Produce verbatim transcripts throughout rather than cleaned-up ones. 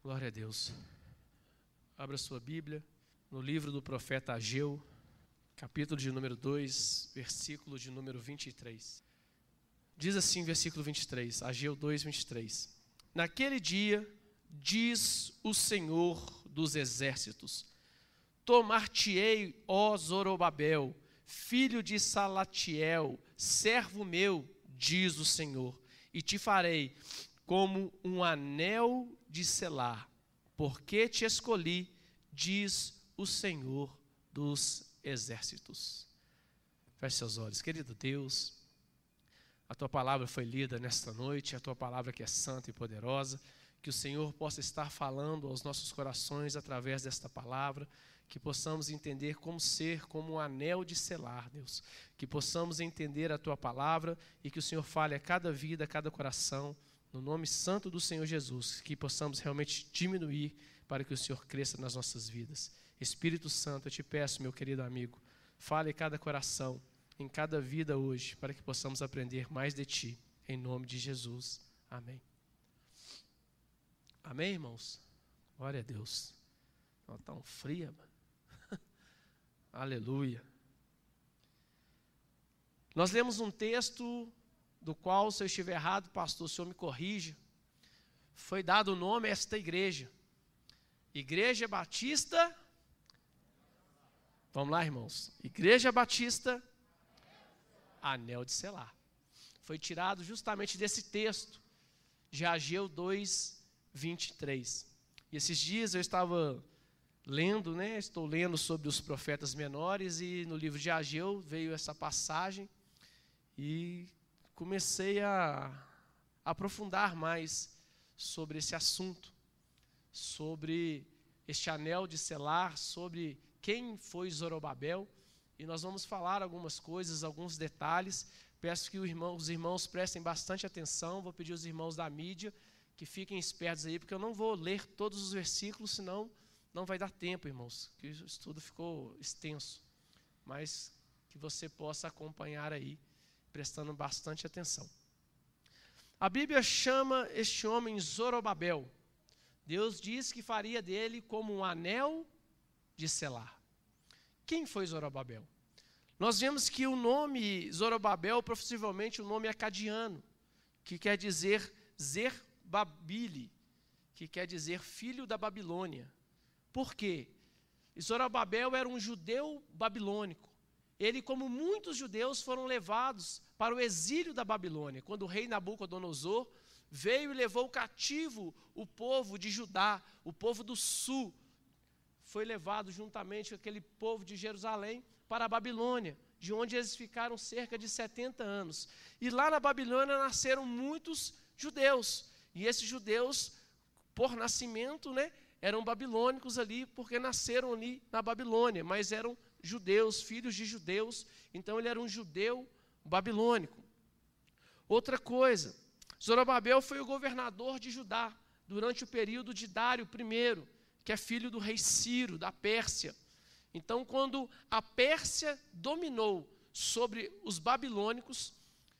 Glória a Deus. Abra sua Bíblia no livro do profeta Ageu, capítulo de número dois, versículo de número vinte e três. Diz assim, versículo vinte e três, Ageu dois, vinte e três. Naquele dia, diz o Senhor dos exércitos, tomar-te-ei, ó Zorobabel, filho de Salatiel, servo meu, diz o Senhor, e te farei como um anel de selar, porque te escolhi, diz o Senhor dos exércitos. Feche seus olhos. Querido Deus, a Tua palavra foi lida nesta noite, a Tua palavra que é santa e poderosa, que o Senhor possa estar falando aos nossos corações através desta palavra, que possamos entender como ser como um anel de selar, Deus, que possamos entender a Tua palavra e que o Senhor fale a cada vida, a cada coração, no nome santo do Senhor Jesus, que possamos realmente diminuir para que o Senhor cresça nas nossas vidas. Espírito Santo, eu te peço, meu querido amigo, fale em cada coração, em cada vida hoje, para que possamos aprender mais de Ti, em nome de Jesus. Amém. Amém, irmãos? Glória a Deus. Não, tá um fria, mano. Aleluia. Nós lemos um texto do qual, se eu estiver errado, pastor, o senhor me corrija. Foi dado o nome a esta igreja. Igreja Batista. Vamos lá, irmãos. Igreja Batista Anel de Selar. Foi tirado justamente desse texto, de Ageu dois, vinte e três. E esses dias eu estava lendo, né? Estou lendo sobre os profetas menores e no livro de Ageu veio essa passagem e comecei a aprofundar mais sobre esse assunto, sobre este anel de selar, sobre quem foi Zorobabel, e nós vamos falar algumas coisas, alguns detalhes. Peço que os irmãos, os irmãos prestem bastante atenção, vou pedir aos irmãos da mídia que fiquem espertos aí, porque eu não vou ler todos os versículos, senão não vai dar tempo, irmãos, que o estudo ficou extenso, mas que você possa acompanhar aí, prestando bastante atenção. A Bíblia chama este homem Zorobabel. Deus diz que faria dele como um anel de selar. Quem foi Zorobabel? Nós vemos que o nome Zorobabel, possivelmente o nome acadiano, que quer dizer Zerbabile, que quer dizer filho da Babilônia. Por quê? Zorobabel era um judeu babilônico. Ele, como muitos judeus, foram levados para o exílio da Babilônia, quando o rei Nabucodonosor veio e levou cativo o povo de Judá, o povo do sul. Foi levado juntamente com aquele povo de Jerusalém para a Babilônia, de onde eles ficaram cerca de setenta anos. E lá na Babilônia nasceram muitos judeus. E esses judeus, por nascimento, né, eram babilônicos ali, porque nasceram ali na Babilônia, mas eram judeus, filhos de judeus, então ele era um judeu babilônico. Outra coisa, Zorobabel foi o governador de Judá durante o período de Dário I, que é filho do rei Ciro, da Pérsia. Então, quando a Pérsia dominou sobre os babilônicos,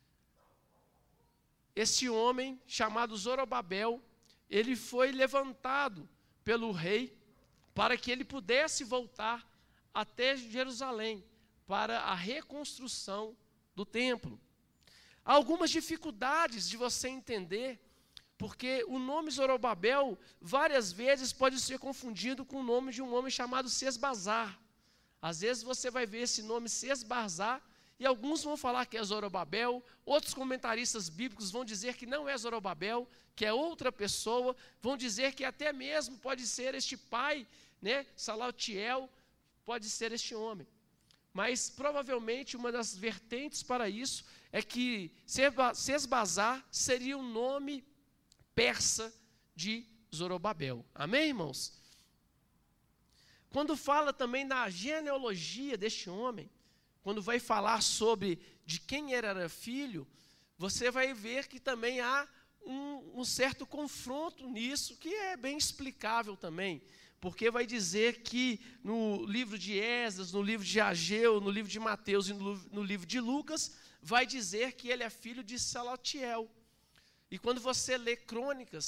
esse homem chamado Zorobabel, ele foi levantado pelo rei para que ele pudesse voltar até Jerusalém, para a reconstrução do templo. Há algumas dificuldades de você entender, porque o nome Zorobabel, várias vezes, pode ser confundido com o nome de um homem chamado Sesbazar. Às vezes você vai ver esse nome Sesbazar, e alguns vão falar que é Zorobabel, outros comentaristas bíblicos vão dizer que não é Zorobabel, que é outra pessoa, vão dizer que até mesmo pode ser este pai, né, Salatiel, pode ser este homem. Mas provavelmente uma das vertentes para isso é que Sesbazar seria o nome persa de Zorobabel. Amém, irmãos? Quando fala também da genealogia deste homem, quando vai falar sobre de quem ele era filho, você vai ver que também há um, um certo confronto nisso, que é bem explicável também. Porque vai dizer que no livro de Esdras, no livro de Ageu, no livro de Mateus e no, no livro de Lucas, vai dizer que ele é filho de Salatiel. E quando você lê Crônicas,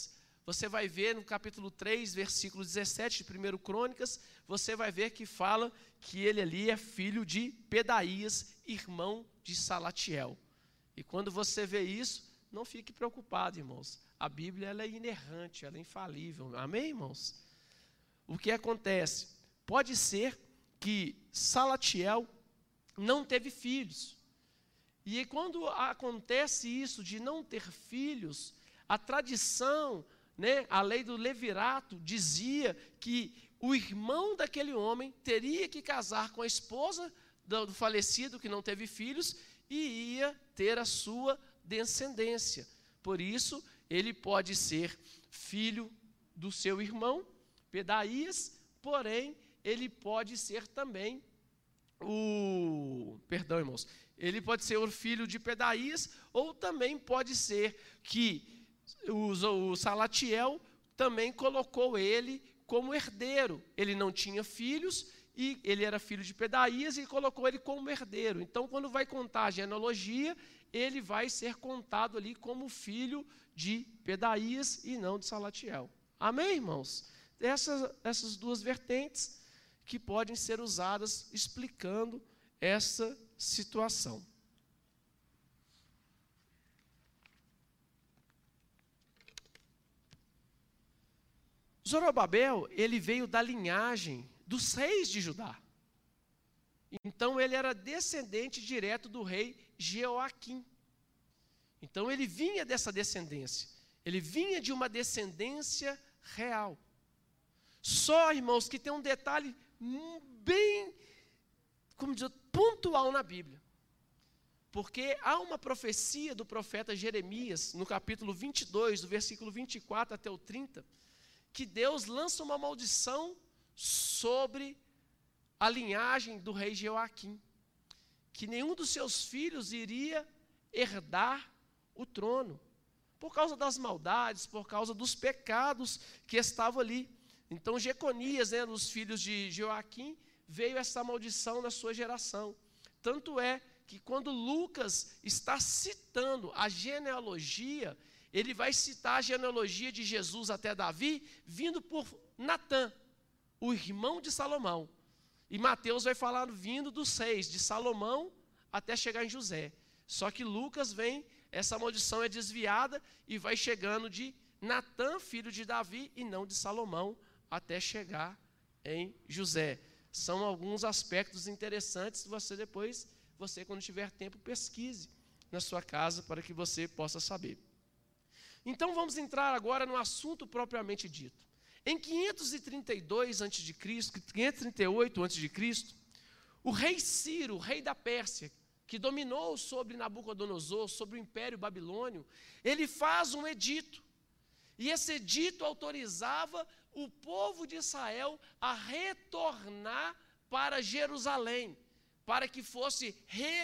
você vai ver no capítulo três, versículo dezessete de primeira Crônicas, você vai ver que fala que ele ali é filho de Pedaías, irmão de Salatiel. E quando você vê isso, não fique preocupado, irmãos. A Bíblia ela é inerrante, ela é infalível. Amém, irmãos? O que acontece? Pode ser que Salatiel não teve filhos. E quando acontece isso de não ter filhos, a tradição, né, a lei do levirato dizia que o irmão daquele homem teria que casar com a esposa do, do falecido que não teve filhos e ia ter a sua descendência. Por isso, ele pode ser filho do seu irmão, Pedaías, porém, ele pode ser também o... Perdão, irmãos. Ele pode ser o filho de Pedaías, ou também pode ser que o, o Salatiel também colocou ele como herdeiro. Ele não tinha filhos, e ele era filho de Pedaías, e colocou ele como herdeiro. Então, quando vai contar a genealogia, ele vai ser contado ali como filho de Pedaías e não de Salatiel. Amém, irmãos? Essas, essas duas vertentes que podem ser usadas explicando essa situação. Zorobabel, ele veio da linhagem dos reis de Judá. Então, ele era descendente direto do rei Jeoaquim. Então, ele vinha dessa descendência. Ele vinha de uma descendência real. Só, irmãos, que tem um detalhe bem, como dizer, pontual na Bíblia. Porque há uma profecia do profeta Jeremias, no capítulo vinte e dois, do versículo vinte e quatro até o trinta, que Deus lança uma maldição sobre a linhagem do rei Jeoaquim, que nenhum dos seus filhos iria herdar o trono, por causa das maldades, por causa dos pecados que estavam ali. Então, Jeconias, né, dos filhos de Joaquim, veio essa maldição na sua geração. Tanto é que quando Lucas está citando a genealogia, ele vai citar a genealogia de Jesus até Davi, vindo por Natã, o irmão de Salomão. E Mateus vai falar vindo dos reis, de Salomão até chegar em José. Só que Lucas vem, essa maldição é desviada e vai chegando de Natã, filho de Davi, e não de Salomão, até chegar em José. São alguns aspectos interessantes, você depois, você quando tiver tempo, pesquise na sua casa para que você possa saber. Então vamos entrar agora no assunto propriamente dito. Em quinhentos e trinta e dois antes de Cristo, quinhentos e trinta e oito antes de Cristo, o rei Ciro, o rei da Pérsia, que dominou sobre Nabucodonosor, sobre o Império Babilônio, ele faz um edito. E esse edito autorizava o povo de Israel a retornar para Jerusalém, para que fosse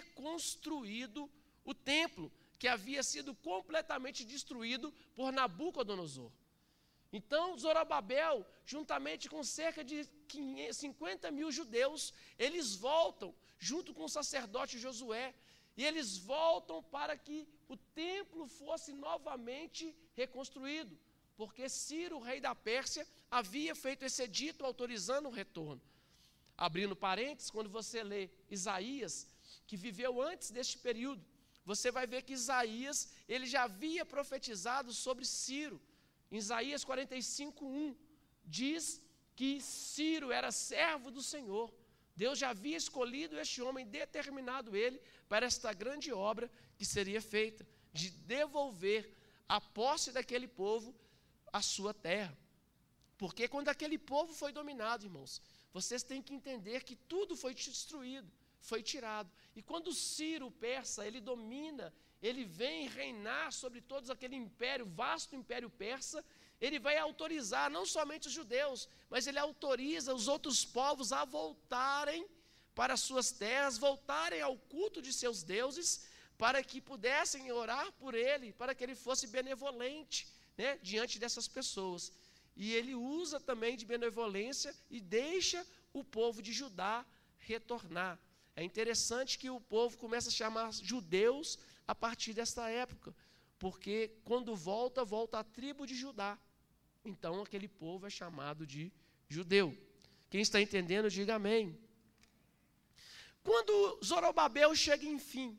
reconstruído o templo, que havia sido completamente destruído por Nabucodonosor. Então, Zorobabel, juntamente com cerca de cinquenta mil judeus, eles voltam, junto com o sacerdote Josué, e eles voltam para que o templo fosse novamente reconstruído, porque Ciro, rei da Pérsia, havia feito esse edito autorizando o retorno. Abrindo parênteses, quando você lê Isaías, que viveu antes deste período, você vai ver que Isaías, ele já havia profetizado sobre Ciro. Em Isaías quarenta e cinco, um, diz que Ciro era servo do Senhor. Deus já havia escolhido este homem, determinado ele para esta grande obra que seria feita, de devolver a posse daquele povo à sua terra. Porque quando aquele povo foi dominado, irmãos, vocês têm que entender que tudo foi destruído, foi tirado. E quando Ciro, o persa, ele domina, ele vem reinar sobre todo aquele império, vasto império persa, ele vai autorizar não somente os judeus, mas ele autoriza os outros povos a voltarem para as suas terras, voltarem ao culto de seus deuses, para que pudessem orar por ele, para que ele fosse benevolente, né, diante dessas pessoas. E ele usa também de benevolência e deixa o povo de Judá retornar. É interessante que o povo começa a chamar judeus a partir desta época, porque quando volta, volta a tribo de Judá. então aquele povo é chamado de judeu. Quem está entendendo, diga amém. Quando Zorobabel chega, enfim,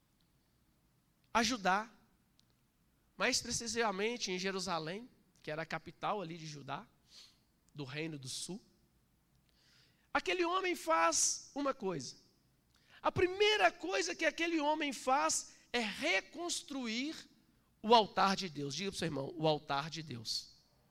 a Judá, mais precisamente em Jerusalém, que era a capital ali de Judá, do reino do sul, aquele homem faz uma coisa. A primeira coisa que aquele homem faz é reconstruir o altar de Deus. Diga para o seu irmão, o altar de Deus.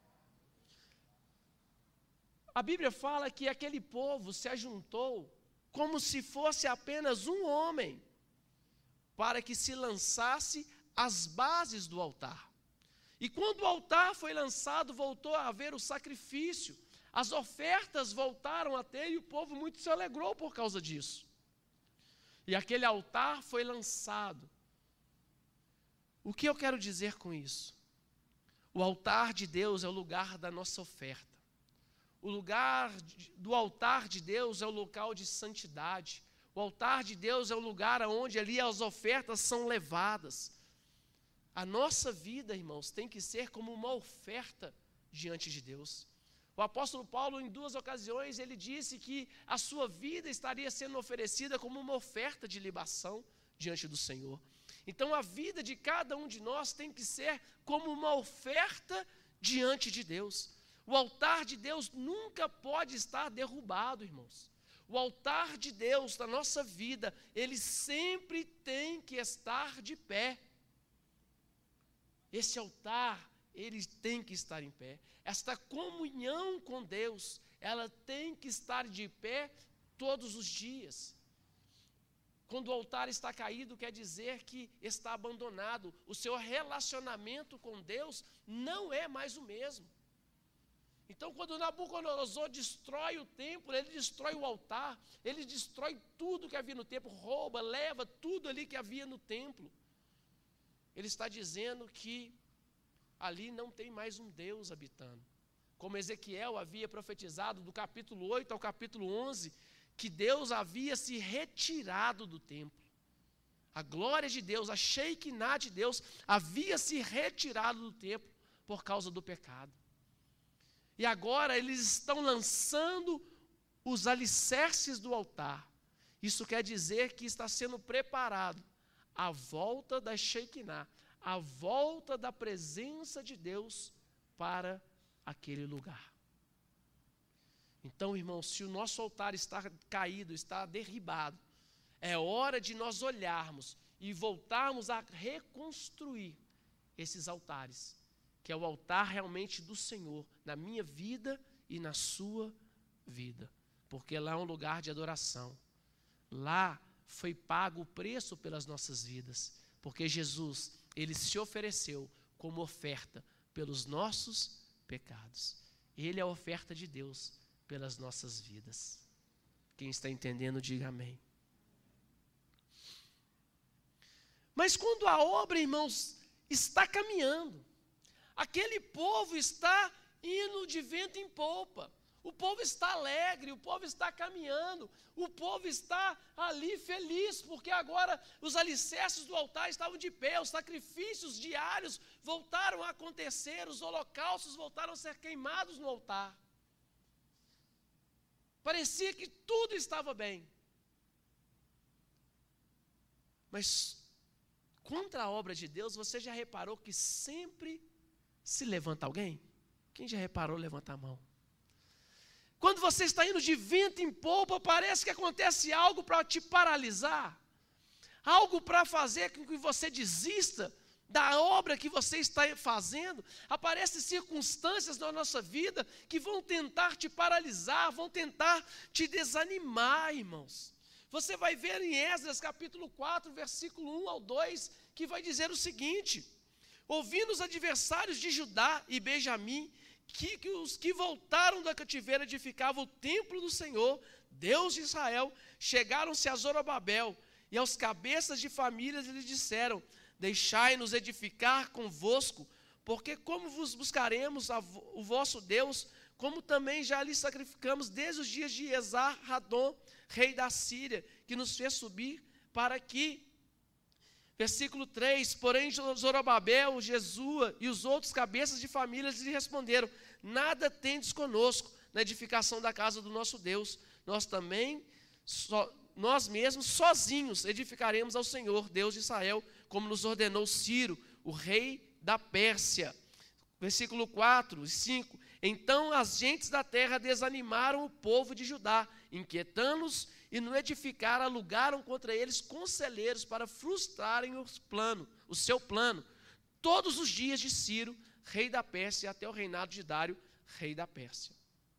A Bíblia fala que aquele povo se ajuntou como se fosse apenas um homem, para que se lançasse as bases do altar. E quando o altar foi lançado, voltou a haver o sacrifício, as ofertas voltaram a ter, e o povo muito se alegrou por causa disso. E aquele altar foi lançado. O que eu quero dizer com isso? O altar de Deus é o lugar da nossa oferta. O lugar do altar de Deus é o local de santidade. O altar de Deus é o lugar onde ali as ofertas são levadas. A nossa vida, irmãos, tem que ser como uma oferta diante de Deus. O apóstolo Paulo, em duas ocasiões, ele disse que a sua vida estaria sendo oferecida como uma oferta de libação diante do Senhor. Então, a vida de cada um de nós tem que ser como uma oferta diante de Deus. O altar de Deus nunca pode estar derrubado, irmãos. O altar de Deus da nossa vida, ele sempre tem que estar de pé. Esse altar, ele tem que estar em pé. Esta comunhão com Deus, ela tem que estar de pé todos os dias. Quando o altar está caído, quer dizer que está abandonado. O seu relacionamento com Deus não é mais o mesmo. Então, quando Nabucodonosor destrói o templo, ele destrói o altar, ele destrói tudo que havia no templo, rouba, leva tudo ali que havia no templo. Ele está dizendo que ali não tem mais um Deus habitando. Como Ezequiel havia profetizado do capítulo oito ao capítulo onze, que Deus havia se retirado do templo. A glória de Deus, a Shekinah de Deus, havia se retirado do templo por causa do pecado. E agora eles estão lançando os alicerces do altar. Isso quer dizer que está sendo preparado a volta da Shekinah, a volta da presença de Deus para aquele lugar. Então, irmãos, se o nosso altar está caído, está derribado, é hora de nós olharmos e voltarmos a reconstruir esses altares, que é o altar realmente do Senhor, na minha vida e na sua vida, porque lá é um lugar de adoração. Lá foi pago o preço pelas nossas vidas, porque Jesus, ele se ofereceu como oferta pelos nossos pecados. Ele é a oferta de Deus pelas nossas vidas. Quem está entendendo, diga amém. Mas quando a obra, irmãos, está caminhando, aquele povo está indo de vento em popa, o povo está alegre, o povo está caminhando, o povo está ali feliz, porque agora os alicerces do altar estavam de pé, os sacrifícios diários voltaram a acontecer, os holocaustos voltaram a ser queimados no altar. Parecia que tudo estava bem. Mas contra a obra de Deus, você já reparou que sempre se levanta alguém? Quem já reparou, levanta a mão. Quando você está indo de vento em popa, parece que acontece algo para te paralisar, algo para fazer com que você desista da obra que você está fazendo. Aparecem circunstâncias na nossa vida que vão tentar te paralisar, vão tentar te desanimar, irmãos. Você vai ver em Esdras capítulo quatro, versículo um ao dois, que vai dizer o seguinte: ouvindo os adversários de Judá e Benjamim, que, que os que voltaram da cativeiro edificavam o templo do Senhor, Deus de Israel, chegaram-se a Zorobabel e aos cabeças de famílias e lhes disseram: deixai-nos edificar convosco, porque como vos buscaremos a, o vosso Deus, como também já lhe sacrificamos desde os dias de Esar-Hadon, rei da Síria, que nos fez subir para aqui. Versículo três, porém Zorobabel, Jesua e os outros cabeças de famílias lhe responderam: nada tendes conosco na edificação da casa do nosso Deus, nós também, so, nós mesmos, sozinhos, edificaremos ao Senhor, Deus de Israel, como nos ordenou Ciro, o rei da Pérsia. Versículo quatro e cinco, então as gentes da terra desanimaram o povo de Judá, inquietando-os, e no edificar alugaram contra eles conselheiros para frustrarem os plano, o seu plano, todos os dias de Ciro, rei da Pérsia, até o reinado de Dário, rei da Pérsia.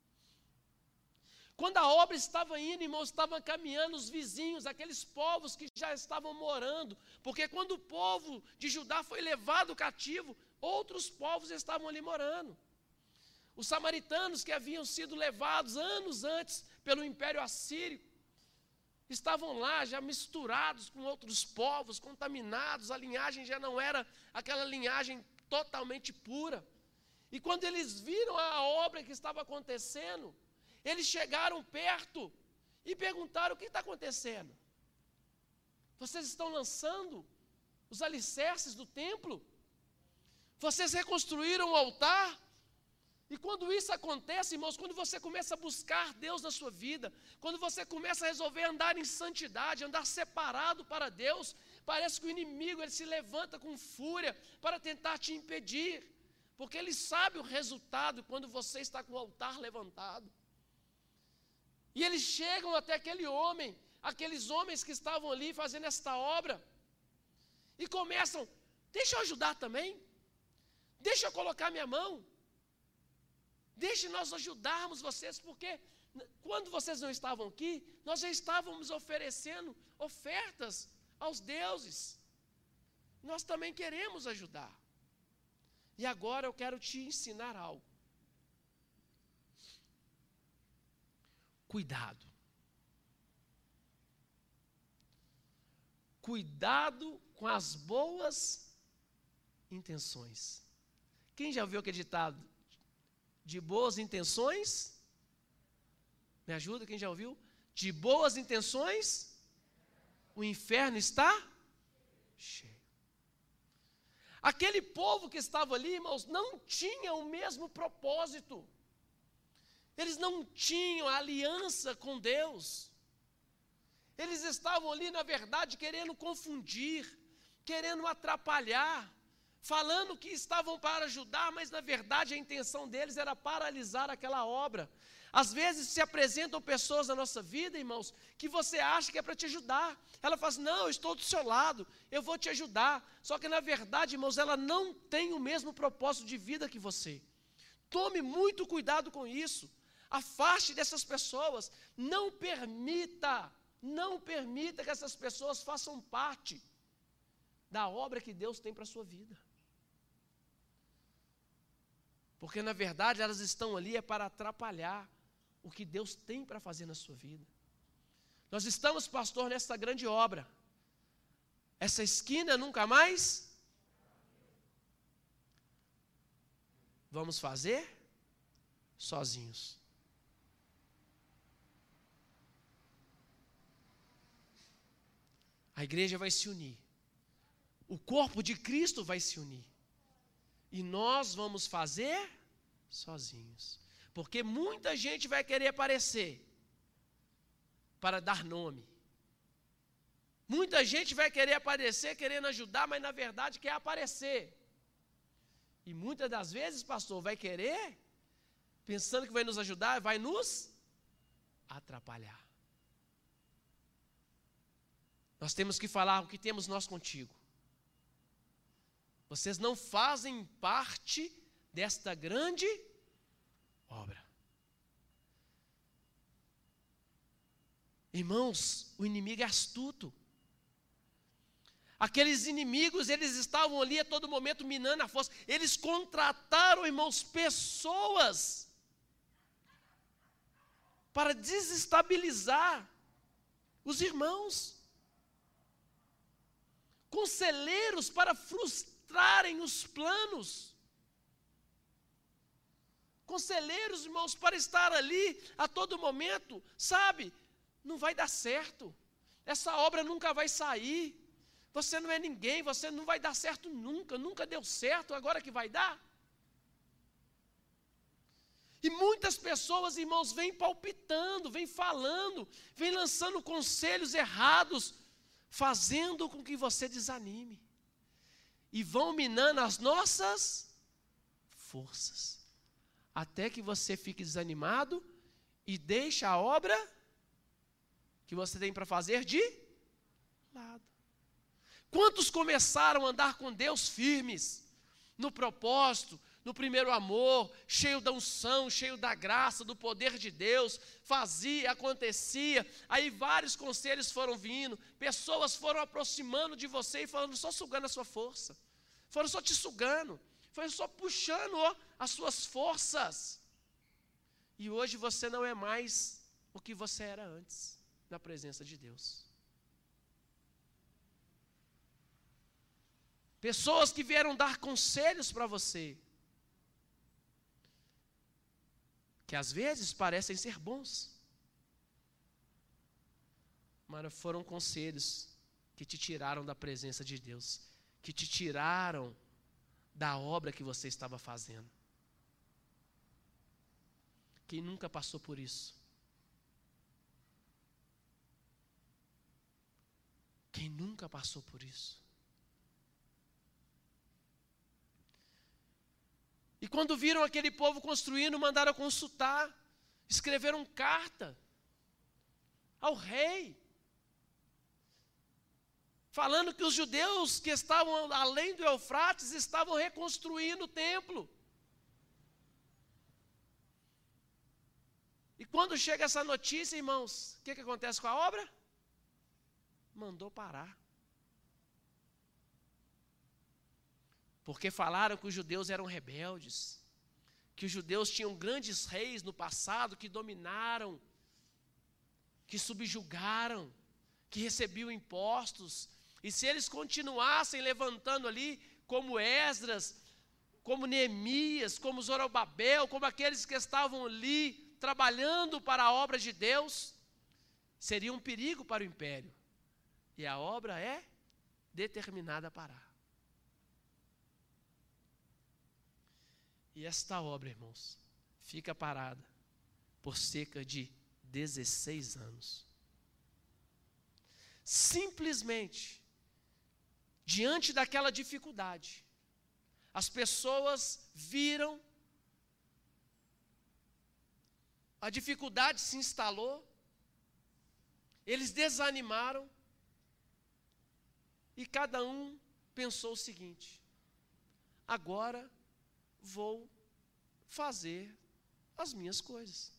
Quando a obra estava indo, irmãos, estavam caminhando os vizinhos, aqueles povos que já estavam morando, porque quando o povo de Judá foi levado cativo, outros povos estavam ali morando. Os samaritanos que haviam sido levados anos antes pelo Império Assírio, estavam lá já misturados com outros povos, contaminados, a linhagem já não era aquela linhagem totalmente pura. E quando eles viram a obra que estava acontecendo, eles chegaram perto e perguntaram: o que está acontecendo? Vocês estão lançando os alicerces do templo? Vocês reconstruíram o altar? E quando isso acontece, irmãos, quando você começa a buscar Deus na sua vida, quando você começa a resolver andar em santidade, andar separado para Deus, parece que o inimigo ele se levanta com fúria para tentar te impedir, porque ele sabe o resultado quando você está com o altar levantado. E eles chegam até aquele homem, aqueles homens que estavam ali fazendo esta obra, e começam: deixa eu ajudar também, deixa eu colocar minha mão, deixe nós ajudarmos vocês, porque quando vocês não estavam aqui, nós já estávamos oferecendo ofertas aos deuses. Nós também queremos ajudar. E agora eu quero te ensinar algo. Cuidado. Cuidado com as boas intenções. Quem já ouviu aquele ditado? De boas intenções, me ajuda, quem já ouviu? De boas intenções, o inferno está cheio. Aquele povo que estava ali, irmãos, não tinha o mesmo propósito. Eles não tinham aliança com Deus. Eles estavam ali, na verdade, querendo confundir, querendo atrapalhar, falando que estavam para ajudar, mas na verdade a intenção deles era paralisar aquela obra. Às vezes se apresentam pessoas na nossa vida, irmãos, que você acha que é para te ajudar. Ela fala assim: não, eu estou do seu lado, eu vou te ajudar. Só que na verdade, irmãos, ela não tem o mesmo propósito de vida que você. Tome muito cuidado com isso. Afaste dessas pessoas. Não permita, não permita que essas pessoas façam parte da obra que Deus tem para a sua vida. Porque na verdade elas estão ali é para atrapalhar o que Deus tem para fazer na sua vida. Nós estamos, pastor, nessa grande obra. Essa esquina nunca mais vamos fazer sozinhos. A igreja vai se unir. O corpo de Cristo vai se unir. E nós vamos fazer sozinhos. Porque muita gente vai querer aparecer para dar nome. Muita gente vai querer aparecer querendo ajudar, mas na verdade quer aparecer. E muitas das vezes, pastor, vai querer, pensando que vai nos ajudar, vai nos atrapalhar. Nós temos que falar: o que temos nós contigo? Vocês não fazem parte desta grande obra. Irmãos, o inimigo é astuto. Aqueles inimigos, eles estavam ali a todo momento minando a força. Eles contrataram, irmãos, pessoas para desestabilizar os irmãos. Conselheiros para frustrarem os planos. Conselheiros, irmãos, para estar ali a todo momento, sabe? Não vai dar certo. Essa obra nunca vai sair. Você não é ninguém, você não vai dar certo nunca, nunca deu certo, agora que vai dar. E muitas pessoas, irmãos, vêm palpitando, vêm falando, vêm lançando conselhos errados, fazendo com que você desanime. E vão minando as nossas forças, até que você fique desanimado e deixe a obra que você tem para fazer de lado. Quantos começaram a andar com Deus firmes, no propósito, no primeiro amor, cheio da unção, cheio da graça, do poder de Deus, fazia, acontecia, aí vários conselhos foram vindo, pessoas foram aproximando de você e falando, só sugando a sua força, foram só te sugando, foram só puxando ó, as suas forças, e hoje você não é mais o que você era antes, na presença de Deus. Pessoas que vieram dar conselhos para você, que às vezes parecem ser bons, mas foram conselhos que te tiraram da presença de Deus, que te tiraram da obra que você estava fazendo. Quem nunca passou por isso? Quem nunca passou por isso? E quando viram aquele povo construindo, mandaram consultar, escreveram carta ao rei, falando que os judeus que estavam além do Eufrates estavam reconstruindo o templo. E quando chega essa notícia, irmãos, o que, que acontece com a obra? Mandou parar. Porque falaram que os judeus eram rebeldes, que os judeus tinham grandes reis no passado que dominaram, que subjugaram, que recebiam impostos, e se eles continuassem levantando ali, como Esdras, como Neemias, como Zorobabel, como aqueles que estavam ali trabalhando para a obra de Deus, seria um perigo para o império, e a obra é determinada a parar. E esta obra, irmãos, fica parada por cerca de dezesseis anos. Simplesmente, diante daquela dificuldade, as pessoas viram, a dificuldade se instalou, eles desanimaram, e cada um pensou o seguinte: agora vou fazer as minhas coisas.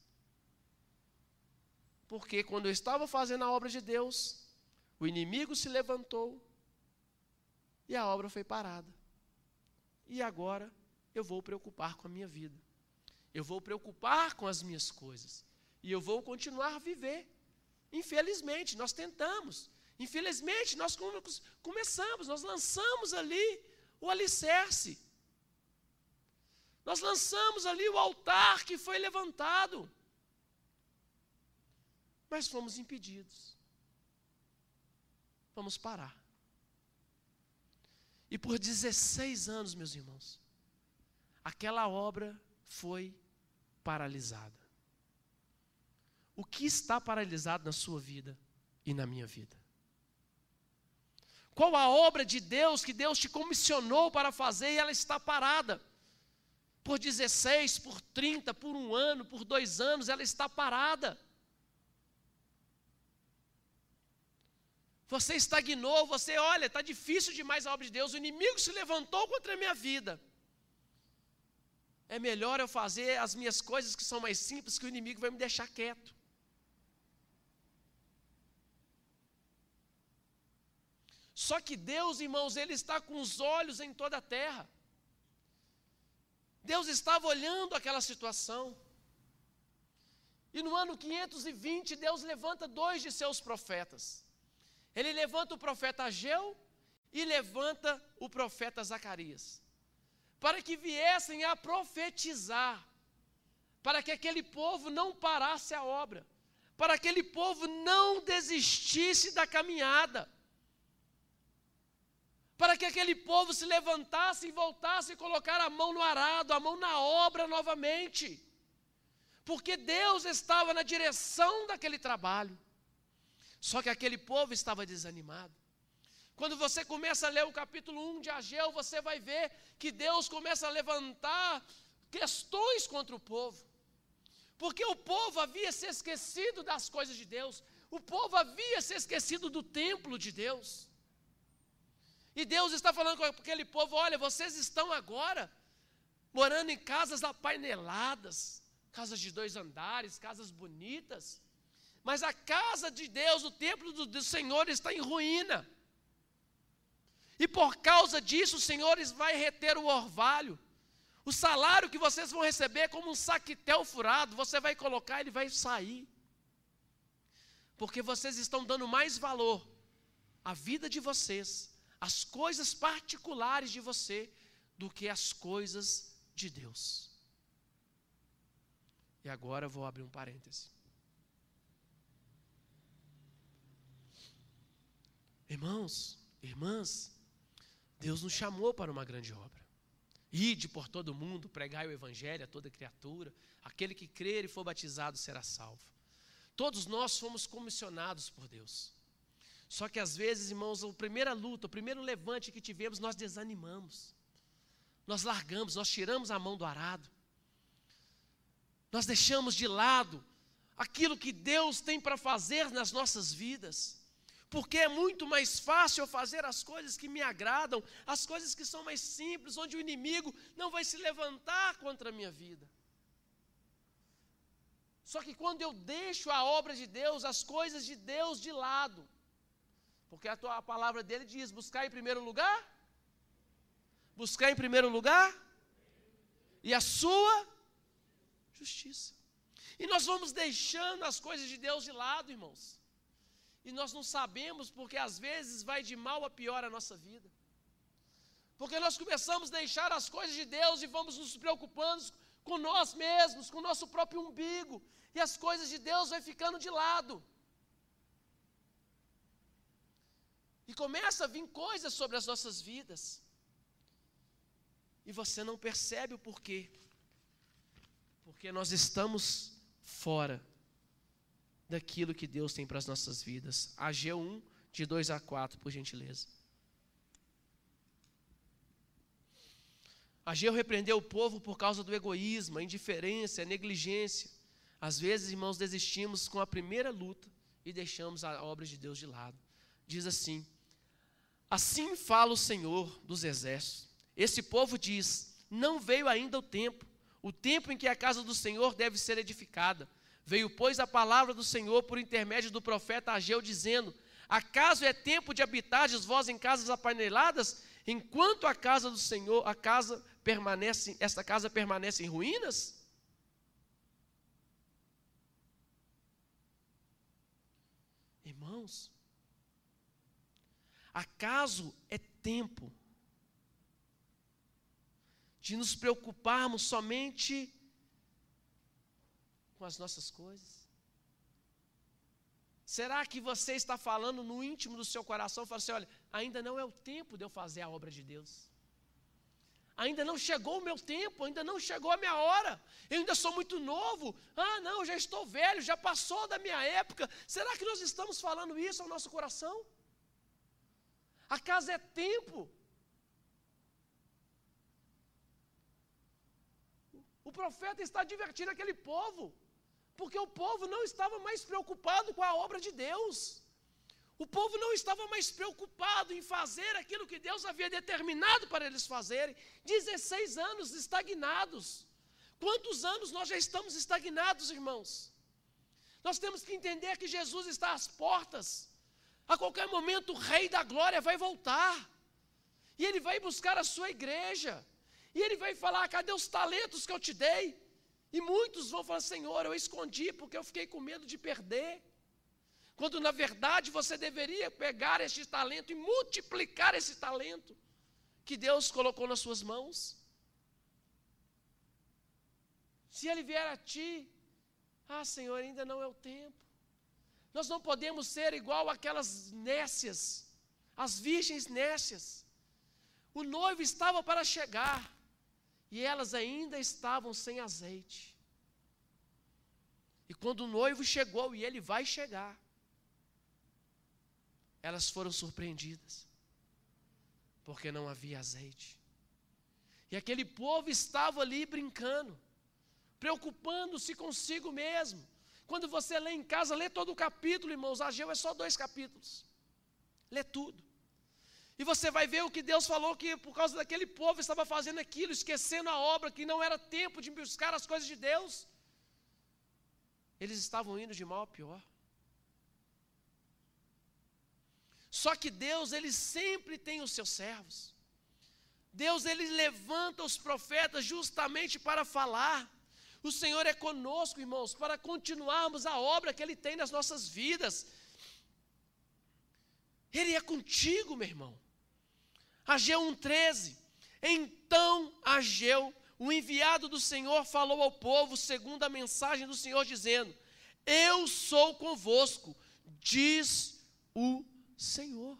Porque quando eu estava fazendo a obra de Deus, o inimigo se levantou e a obra foi parada. E agora eu vou preocupar com a minha vida. Eu vou preocupar com as minhas coisas. E eu vou continuar a viver. Infelizmente, nós tentamos. Infelizmente, nós começamos, nós lançamos ali o alicerce. Nós lançamos ali o altar que foi levantado, mas fomos impedidos. Vamos parar. E por dezesseis anos, meus irmãos, aquela obra foi paralisada. O que está paralisado na sua vida e na minha vida? Qual a obra de Deus que Deus te comissionou para fazer e ela está parada? Por dezesseis, por trinta, por um ano, por dois anos, ela está parada. Você estagnou, você olha, está difícil demais a obra de Deus, o inimigo se levantou contra a minha vida. É melhor eu fazer as minhas coisas que são mais simples, que o inimigo vai me deixar quieto. Só que Deus, irmãos, Ele está com os olhos em toda a terra. Deus estava olhando aquela situação. E no ano quinhentos e vinte, Deus levanta dois de seus profetas. Ele levanta o profeta Ageu e levanta o profeta Zacarias, para que viessem a profetizar, para que aquele povo não parasse a obra, para que aquele povo não desistisse da caminhada. para que aquele povo se levantasse e voltasse e colocar a mão no arado, a mão na obra novamente. Porque Deus estava na direção daquele trabalho. Só que aquele povo estava desanimado. Quando você começa a ler o capítulo um de Ageu, você vai ver que Deus começa a levantar questões contra o povo. Porque o povo havia se esquecido das coisas de Deus. O povo havia se esquecido do templo de Deus. E Deus está falando com aquele povo: olha, vocês estão agora morando em casas apaineladas, casas de dois andares, casas bonitas. Mas a casa de Deus, o templo do, do Senhor está em ruína. E por causa disso o Senhor vai reter o orvalho. O salário que vocês vão receber é como um saquetel furado. Você vai colocar, ele vai sair. Porque vocês estão dando mais valor à vida de vocês, às coisas particulares de você, do que às coisas de Deus. E agora eu vou abrir um parêntese. Irmãos, irmãs, Deus nos chamou para uma grande obra. Ide por todo mundo, pregai o evangelho a toda criatura. Aquele que crer e for batizado será salvo. Todos nós fomos comissionados por Deus. Só que às vezes, irmãos, a primeira luta, o primeiro levante que tivemos, nós desanimamos. Nós largamos, nós tiramos a mão do arado. Nós deixamos de lado aquilo que Deus tem para fazer nas nossas vidas. Porque é muito mais fácil eu fazer as coisas que me agradam, as coisas que são mais simples, onde o inimigo não vai se levantar contra a minha vida. Só que quando eu deixo a obra de Deus, as coisas de Deus de lado, porque a, tua, a palavra dele diz: buscar em primeiro lugar, buscar em primeiro lugar, e a sua justiça. E nós vamos deixando as coisas de Deus de lado, irmãos. E nós não sabemos, porque às vezes vai de mal a pior a nossa vida. Porque nós começamos a deixar as coisas de Deus e vamos nos preocupando com nós mesmos, com o nosso próprio umbigo. E as coisas de Deus vai ficando de lado. E começa a vir coisas sobre as nossas vidas. E você não percebe o porquê. Porque nós estamos fora daquilo que Deus tem para as nossas vidas. Ageu um, de dois a quatro, por gentileza. Ageu repreendeu o povo por causa do egoísmo, a indiferença, a negligência. Às vezes, irmãos, desistimos com a primeira luta e deixamos a obra de Deus de lado. Diz assim: assim fala o Senhor dos exércitos. Esse povo diz: não veio ainda o tempo, o tempo em que a casa do Senhor deve ser edificada. Veio, pois, a palavra do Senhor por intermédio do profeta Ageu, dizendo: acaso é tempo de habitardes vós em casas apaineladas, enquanto a casa do Senhor, a casa permanece, esta casa permanece em ruínas? Irmãos, acaso é tempo de nos preocuparmos somente com as nossas coisas? Será que você está falando no íntimo do seu coração, fala assim: olha, ainda não é o tempo de eu fazer a obra de Deus, ainda não chegou o meu tempo, ainda não chegou a minha hora, eu ainda sou muito novo, ah não, já estou velho, já passou da minha época? Será que nós estamos falando isso ao nosso coração? Acaso é tempo? O profeta está advertindo aquele povo, porque o povo não estava mais preocupado com a obra de Deus. O povo não estava mais preocupado em fazer aquilo que Deus havia determinado para eles fazerem. dezesseis anos estagnados. Quantos anos nós já estamos estagnados, irmãos? Nós temos que entender que Jesus está às portas. A qualquer momento o Rei da Glória vai voltar. E Ele vai buscar a sua igreja. E Ele vai falar: cadê os talentos que eu te dei? E muitos vão falar: Senhor, eu escondi porque eu fiquei com medo de perder. Quando na verdade você deveria pegar este talento e multiplicar esse talento que Deus colocou nas suas mãos. Se Ele vier a ti: ah Senhor, ainda não é o tempo. Nós não podemos ser igual aquelas nécias, as virgens nécias, O noivo estava para chegar, e elas ainda estavam sem azeite. E quando o noivo chegou, e ele vai chegar, elas foram surpreendidas, porque não havia azeite. E aquele povo estava ali brincando, preocupando-se consigo mesmo. Quando você lê em casa, lê todo o capítulo, irmãos. Ageu é só dois capítulos. Lê tudo. E você vai ver o que Deus falou, que por causa daquele povo estava fazendo aquilo, esquecendo a obra, que não era tempo de buscar as coisas de Deus. Eles estavam indo de mal a pior. Só que Deus, Ele sempre tem os seus servos. Deus, Ele levanta os profetas justamente para falar. O Senhor é conosco, irmãos, para continuarmos a obra que Ele tem nas nossas vidas. Ele é contigo, meu irmão. Ageu um, treze. Então Ageu, o enviado do Senhor, falou ao povo segundo a mensagem do Senhor, dizendo: eu sou convosco, diz o Senhor.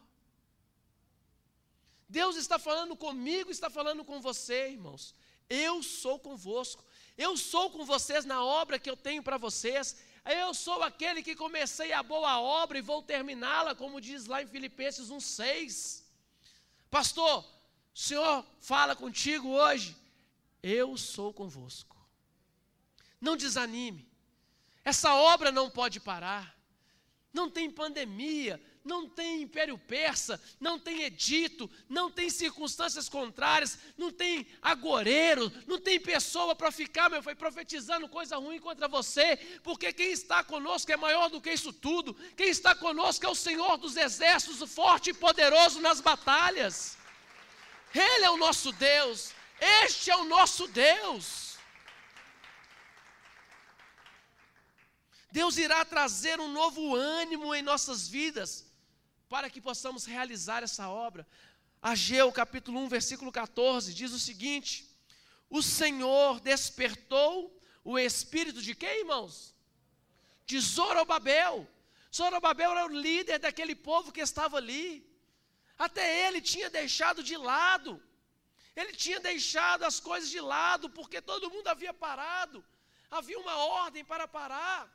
Deus está falando comigo, está falando com você, irmãos. Eu sou convosco. Eu sou com vocês na obra que eu tenho para vocês. Eu sou aquele que comecei a boa obra e vou terminá-la, como diz lá em Filipenses um, seis. Pastor, o Senhor fala contigo hoje. Eu sou convosco. Não desanime. Essa obra não pode parar. Não tem pandemia, não tem império persa, não tem edito, não tem circunstâncias contrárias, não tem agoreiro, não tem pessoa para ficar, meu, foi profetizando coisa ruim contra você, porque quem está conosco é maior do que isso tudo. Quem está conosco é o Senhor dos exércitos, o forte e poderoso nas batalhas. Ele é o nosso Deus, este é o nosso Deus. Deus irá trazer um novo ânimo em nossas vidas, para que possamos realizar essa obra. Ageu capítulo um, versículo catorze, diz o seguinte: o Senhor despertou o espírito de quem, irmãos? De Zorobabel. Zorobabel era o líder daquele povo que estava ali. Até ele tinha deixado de lado, ele tinha deixado as coisas de lado, porque todo mundo havia parado, havia uma ordem para parar.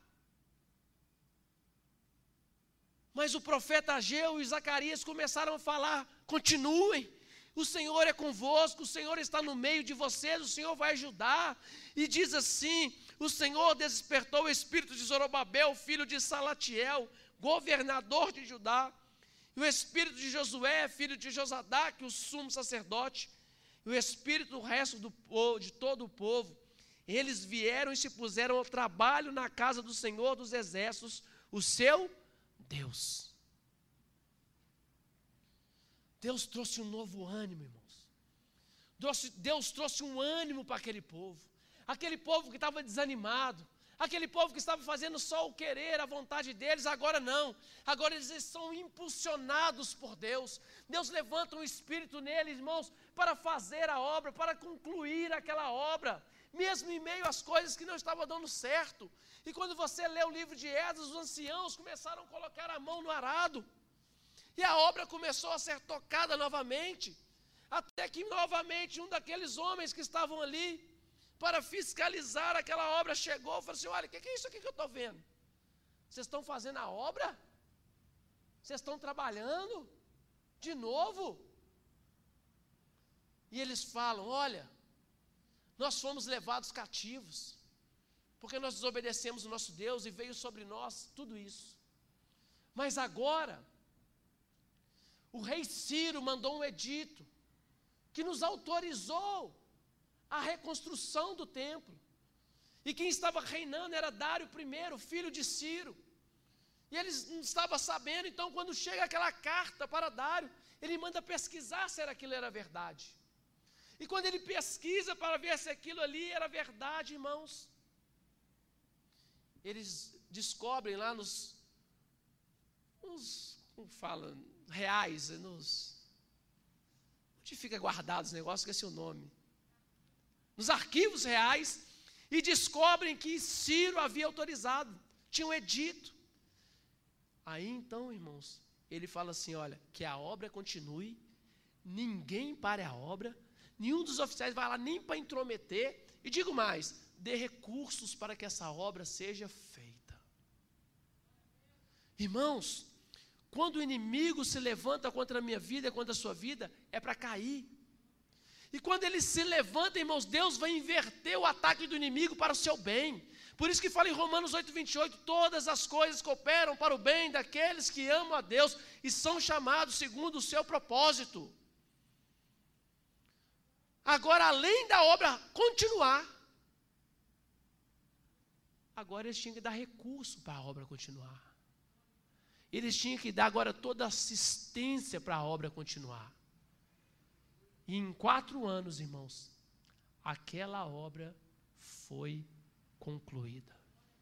Mas o profeta Ageu e Zacarias começaram a falar: continuem, o Senhor é convosco, o Senhor está no meio de vocês, o Senhor vai ajudar. E diz assim: o Senhor despertou o espírito de Zorobabel, filho de Salatiel, governador de Judá, e o espírito de Josué, filho de Josadaque, o sumo sacerdote, e o espírito do resto do povo, de todo o povo. Eles vieram e se puseram ao trabalho na casa do Senhor dos exércitos, o seu Deus. Deus trouxe um novo ânimo, irmãos. Deus, Deus trouxe um ânimo para aquele povo. Aquele povo que estava desanimado, aquele povo que estava fazendo só o querer, a vontade deles, agora não. Agora eles são impulsionados por Deus. Deus levanta um espírito neles, irmãos, para fazer a obra, para concluir aquela obra, mesmo em meio às coisas que não estavam dando certo. E quando você lê o livro de Esdras, os anciãos começaram a colocar a mão no arado, e a obra começou a ser tocada novamente, até que novamente um daqueles homens que estavam ali para fiscalizar aquela obra chegou e falou assim: olha, o que, que é isso aqui que eu estou vendo? Vocês estão fazendo a obra? Vocês estão trabalhando de novo? E eles falam: olha, nós fomos levados cativos, porque nós desobedecemos o nosso Deus e veio sobre nós tudo isso. Mas agora, o rei Ciro mandou um edito que nos autorizou a reconstrução do templo. E quem estava reinando era Dário I, filho de Ciro. E eles não estavam sabendo, então quando chega aquela carta para Dário, ele manda pesquisar se aquilo era verdade. E quando ele pesquisa para ver se aquilo ali era verdade, irmãos, eles descobrem lá nos, nos como fala, reais, nos, onde fica guardado esse negócio, esqueci o nome, nos arquivos reais, e descobrem que Ciro havia autorizado, tinha um edito. Aí então, irmãos, ele fala assim: olha, que a obra continue, ninguém pare a obra, nenhum dos oficiais vai lá nem para intrometer, e digo mais, dê recursos para que essa obra seja feita. Irmãos, quando o inimigo se levanta contra a minha vida, contra a sua vida, é para cair. E quando ele se levanta, irmãos, Deus vai inverter o ataque do inimigo para o seu bem. Por isso que fala em Romanos oito, vinte e oito, todas as coisas cooperam para o bem daqueles que amam a Deus e são chamados segundo o seu propósito. Agora, além da obra continuar, agora eles tinham que dar recurso para a obra continuar. Eles tinham que dar agora toda a assistência para a obra continuar. E em quatro anos, irmãos, aquela obra foi concluída.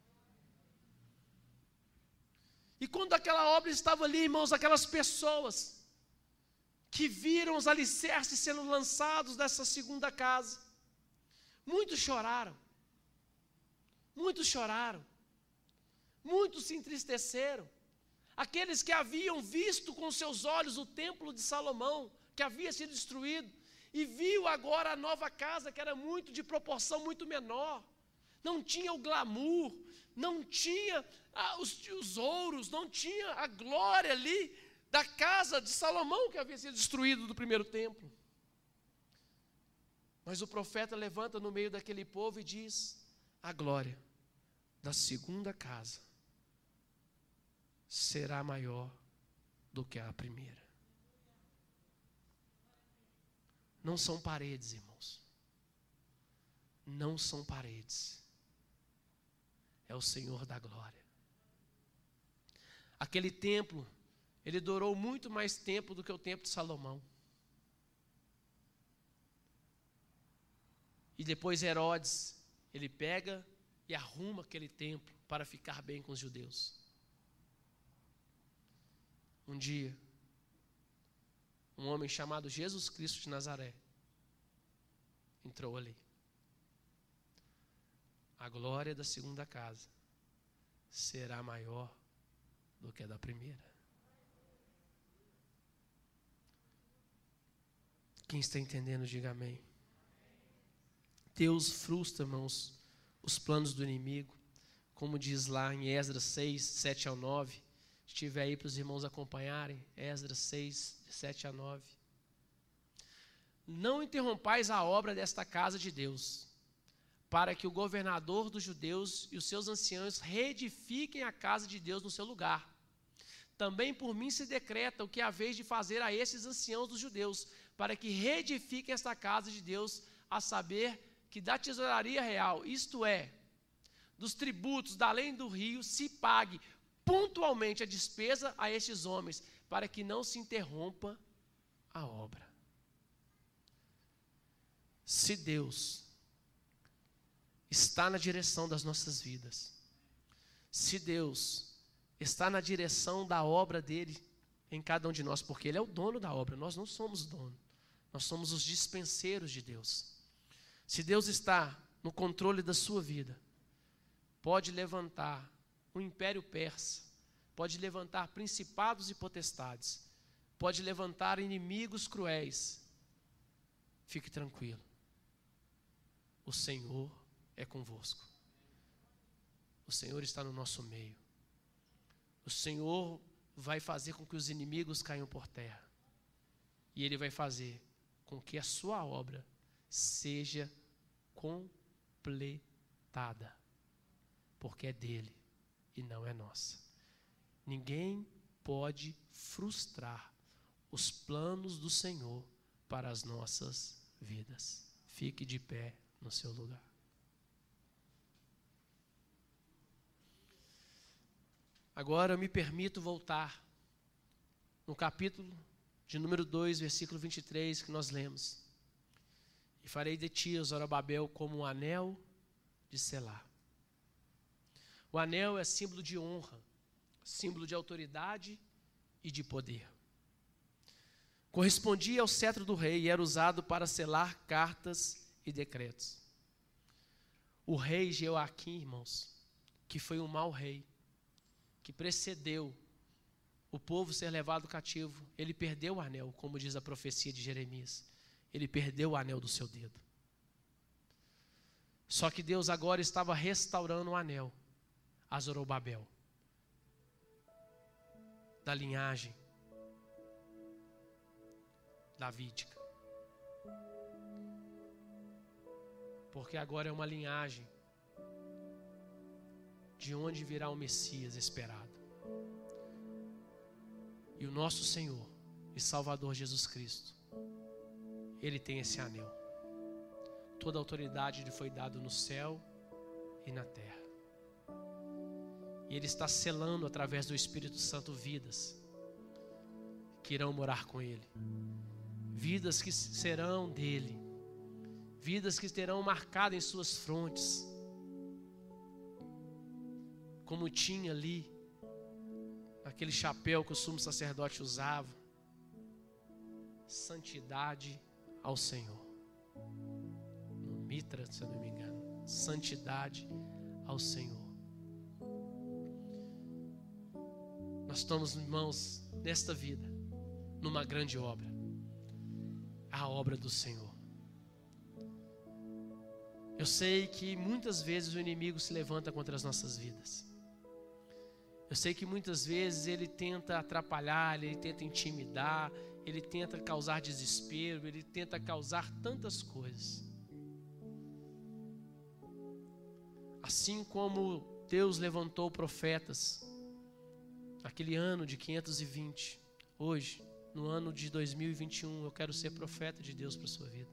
E quando aquela obra estava ali, irmãos, aquelas pessoas que viram os alicerces sendo lançados dessa segunda casa, muitos choraram, muitos choraram, muitos se entristeceram. Aqueles que haviam visto com seus olhos o templo de Salomão, que havia sido destruído, e viu agora a nova casa, que era muito de proporção muito menor, não tinha o glamour, não tinha ah, os, os ouros, não tinha a glória ali da casa de Salomão, que havia sido destruído do primeiro templo. Mas o profeta levanta no meio daquele povo e diz: a glória da segunda casa será maior do que a primeira. Não são paredes, irmãos. Não são paredes. É o Senhor da glória. Aquele templo, ele durou muito mais tempo do que o templo de Salomão. E depois Herodes, ele pega e arruma aquele templo para ficar bem com os judeus. Um dia, um homem chamado Jesus Cristo de Nazaré entrou ali. A glória da segunda casa será maior do que a da primeira. Quem está entendendo, diga amém. Deus frustra, irmãos, os planos do inimigo, como diz lá em Esdras seis, sete ao nove. Se estiver aí para os irmãos acompanharem, Esdras seis, sete a nove. Não interrompais a obra desta casa de Deus, para que o governador dos judeus e os seus anciãos reedifiquem a casa de Deus no seu lugar. Também por mim se decreta o que é vez de fazer a esses anciãos dos judeus, para que reedifiquem esta casa de Deus, a saber que da tesouraria real, isto é, dos tributos da além do rio, se pague pontualmente a despesa a estes homens, para que não se interrompa a obra. Se Deus está na direção das nossas vidas, se Deus está na direção da obra dele em cada um de nós, porque ele é o dono da obra, nós não somos dono, nós somos os dispenseiros de Deus. Se Deus está no controle da sua vida, pode levantar um império persa, pode levantar principados e potestades, pode levantar inimigos cruéis. Fique tranquilo, o Senhor é convosco. O Senhor está no nosso meio. O Senhor vai fazer com que os inimigos caiam por terra. E Ele vai fazer com que a sua obra seja completada, porque é dele e não é nossa. Ninguém pode frustrar os planos do Senhor para as nossas vidas. Fique de pé no seu lugar. Agora eu me permito voltar no capítulo de número dois, versículo vinte e três, que nós lemos. E farei de ti, Zorobabel, como um anel de selar. O anel é símbolo de honra, símbolo de autoridade e de poder. Correspondia ao cetro do rei e era usado para selar cartas e decretos. O rei Jeoaquim, irmãos, que foi um mau rei, que precedeu o povo ser levado cativo, ele perdeu o anel, como diz a profecia de Jeremias. Ele perdeu o anel do seu dedo. Só que Deus agora estava restaurando o anel a Zorobabel, da linhagem davídica. Porque agora é uma linhagem de onde virá o Messias esperado. E o nosso Senhor e Salvador Jesus Cristo, Ele tem esse anel. Toda a autoridade lhe foi dada no céu e na terra. E Ele está selando através do Espírito Santo vidas que irão morar com Ele. Vidas que serão dele. Vidas que terão marcado em suas frontes. Como tinha ali, aquele chapéu que o sumo sacerdote usava. Santidade ao Senhor. No mitra, se eu não me engano. Santidade ao Senhor. Nós estamos, irmãos, nesta vida, numa grande obra. A obra do Senhor. Eu sei que muitas vezes o inimigo se levanta contra as nossas vidas. Eu sei que muitas vezes ele tenta atrapalhar, ele tenta intimidar, ele tenta causar desespero, ele tenta causar tantas coisas. Assim como Deus levantou profetas naquele ano de quinhentos e vinte, hoje, no ano de dois mil e vinte e um, eu quero ser profeta de Deus para a sua vida.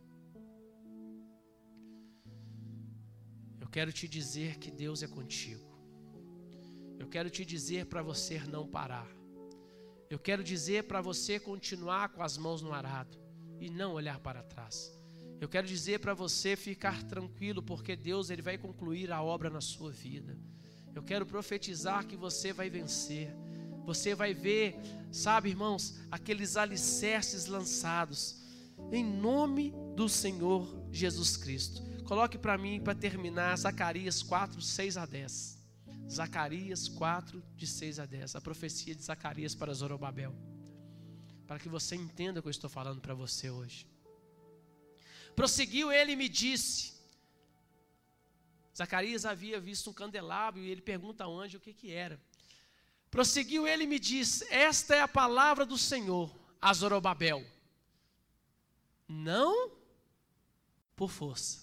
Eu quero te dizer que Deus é contigo. Eu quero te dizer para você não parar. Eu quero dizer para você continuar com as mãos no arado e não olhar para trás. Eu quero dizer para você ficar tranquilo, porque Deus ele vai concluir a obra na sua vida. Eu quero profetizar que você vai vencer. Você vai ver, sabe, irmãos, aqueles alicerces lançados em nome do Senhor Jesus Cristo. Coloque para mim, para terminar, Zacarias quatro, seis a dez. Zacarias quatro, de seis a dez. A profecia de Zacarias para Zorobabel. Para que você entenda o que eu estou falando para você hoje. Prosseguiu ele e me disse. Zacarias havia visto um candelabro e ele pergunta ao anjo o que que era. Prosseguiu ele e me disse: esta é a palavra do Senhor a Zorobabel. Não por força,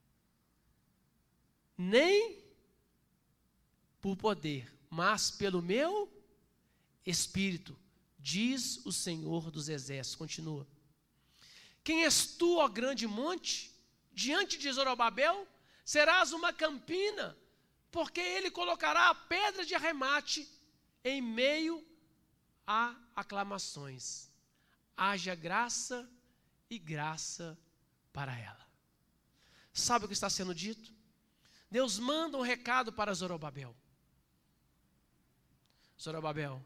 nem por poder, mas pelo meu Espírito, diz o Senhor dos Exércitos. Continua. Quem és tu, ó grande monte? Diante de Zorobabel serás uma campina, porque ele colocará a pedra de arremate em meio a aclamações. Haja graça e graça para ela. Sabe o que está sendo dito? Deus manda um recado para Zorobabel. Zorobabel,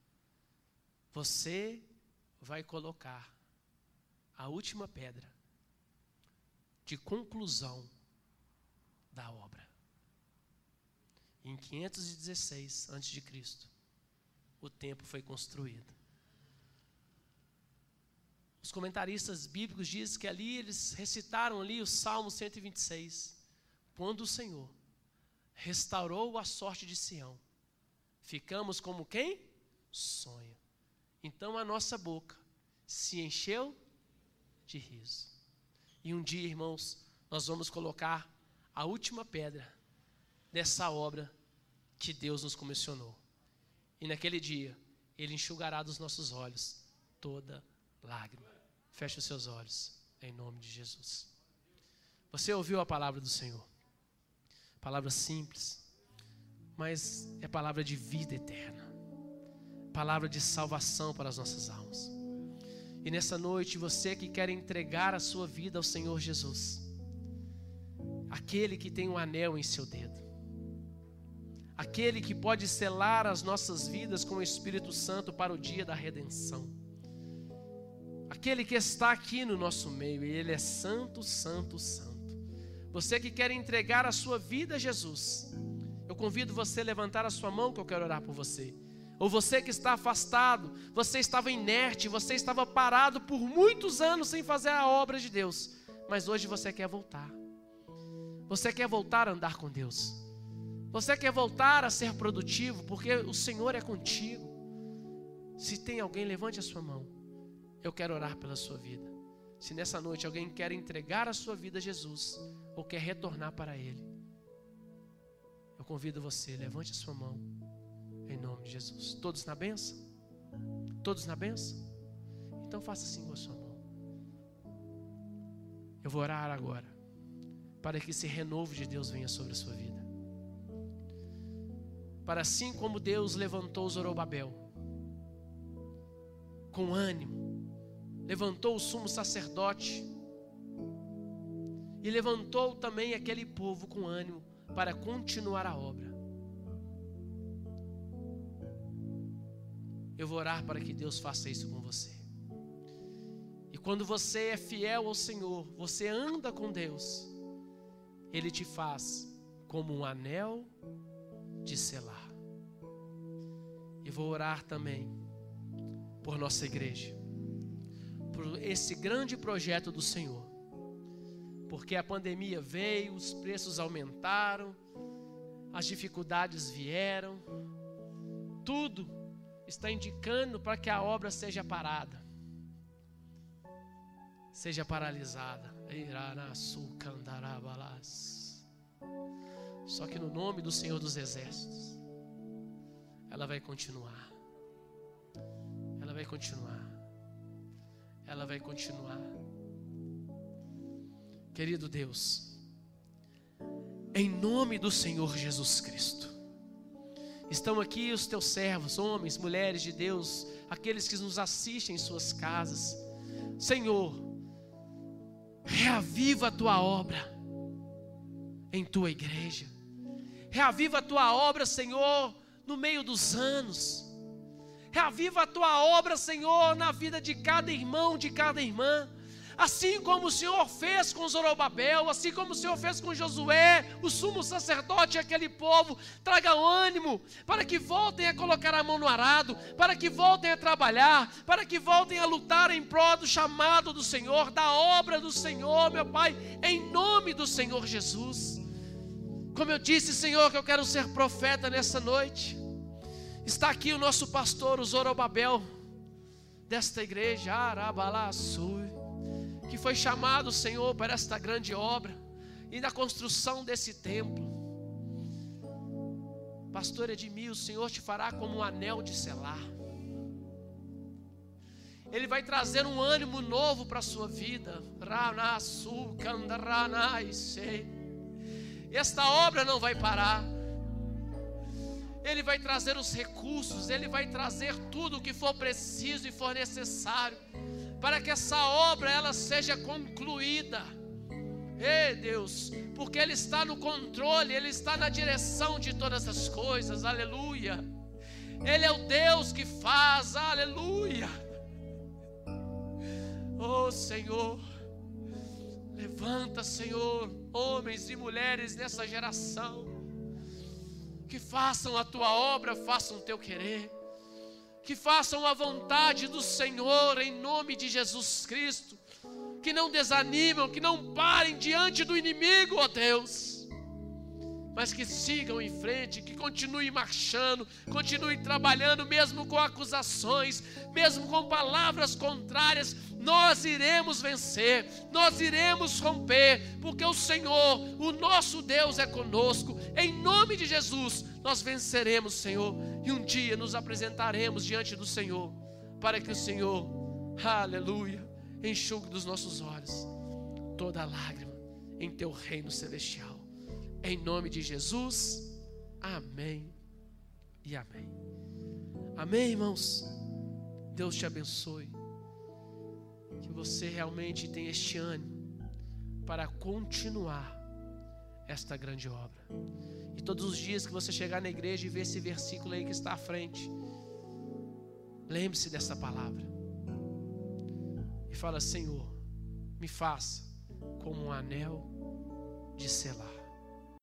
você vai colocar a última pedra de conclusão da obra. Em quinhentos e dezesseis antes de Cristo, o templo foi construído. Os comentaristas bíblicos dizem que ali eles recitaram ali o Salmo cento e vinte e seis. Quando o Senhor restaurou a sorte de Sião, ficamos como quem? Sonha. Então a nossa boca se encheu de riso. E um dia, irmãos, nós vamos colocar a última pedra dessa obra que Deus nos comissionou. E naquele dia, Ele enxugará dos nossos olhos toda lágrima. Feche os seus olhos, em nome de Jesus. Você ouviu a palavra do Senhor? Palavra simples, mas é palavra de vida eterna. Palavra de salvação para as nossas almas. E nessa noite, você que quer entregar a sua vida ao Senhor Jesus, aquele que tem um anel em seu dedo, aquele que pode selar as nossas vidas com o Espírito Santo para o dia da redenção, aquele que está aqui no nosso meio, e Ele é santo, santo, santo. Você que quer entregar a sua vida a Jesus, eu convido você a levantar a sua mão, que eu quero orar por você. Ou você que está afastado, você estava inerte, você estava parado por muitos anos sem fazer a obra de Deus, mas hoje você quer voltar. Você quer voltar a andar com Deus. Você quer voltar a ser produtivo, porque o Senhor é contigo. Se tem alguém, levante a sua mão. Eu quero orar pela sua vida. Se nessa noite alguém quer entregar a sua vida a Jesus, ou quer retornar para Ele, eu convido você, levante a sua mão, em nome de Jesus. Todos na bênção? Todos na bênção? Então faça assim com a sua mão. Eu vou orar agora, para que esse renovo de Deus venha sobre a sua vida. Para assim como Deus levantou Zorobabel, com ânimo, levantou o sumo sacerdote, e levantou também aquele povo com ânimo, para continuar a obra. Eu vou orar para que Deus faça isso com você. E quando você é fiel ao Senhor, você anda com Deus, Ele te faz como um anel de selar. E vou orar também por nossa igreja, por esse grande projeto do Senhor. Porque a pandemia veio, os preços aumentaram, as dificuldades vieram, tudo está indicando para que a obra seja parada, seja paralisada. Só que no nome do Senhor dos Exércitos, ela vai continuar, ela vai continuar, ela vai continuar. Querido Deus, em nome do Senhor Jesus Cristo, estão aqui os teus servos, homens, mulheres de Deus, aqueles que nos assistem em suas casas. Senhor, reaviva a tua obra em tua igreja, reaviva a tua obra, Senhor, no meio dos anos, reaviva a tua obra, Senhor, na vida de cada irmão, de cada irmã. Assim como o Senhor fez com Zorobabel, assim como o Senhor fez com Josué, o sumo sacerdote e aquele povo, traga ânimo, para que voltem a colocar a mão no arado, para que voltem a trabalhar, para que voltem a lutar em prol do chamado do Senhor, da obra do Senhor, meu Pai, em nome do Senhor Jesus. Como eu disse, Senhor, que eu quero ser profeta nessa noite. Está aqui o nosso pastor, o Zorobabel, desta igreja, Arabalaçu, que foi chamado, Senhor, para esta grande obra e na construção desse templo. Pastor Edmil, o Senhor te fará como um anel de selar. Ele vai trazer um ânimo novo para a sua vida. Esta obra não vai parar. Ele vai trazer os recursos, Ele vai trazer tudo o que for preciso e for necessário, para que essa obra ela seja concluída. Ei, Deus, porque Ele está no controle, Ele está na direção de todas as coisas, aleluia. Ele é o Deus que faz, aleluia. Oh Senhor, levanta, Senhor, homens e mulheres nessa geração, que façam a Tua obra, façam o Teu querer, que façam a vontade do Senhor em nome de Jesus Cristo, que não desanimam, que não parem diante do inimigo, ó Deus, mas que sigam em frente, que continuem marchando, continuem trabalhando, mesmo com acusações, mesmo com palavras contrárias. Nós iremos vencer, nós iremos romper, porque o Senhor, o nosso Deus é conosco. Em nome de Jesus, nós venceremos, Senhor, e um dia nos apresentaremos diante do Senhor, para que o Senhor, aleluia, enxugue dos nossos olhos toda lágrima em Teu reino celestial. Em nome de Jesus, amém e amém. Amém, irmãos? Deus te abençoe. Que você realmente tenha este ânimo para continuar esta grande obra. E todos os dias que você chegar na igreja e ver esse versículo aí que está à frente, lembre-se dessa palavra e fala: Senhor, me faça como um anel de selar.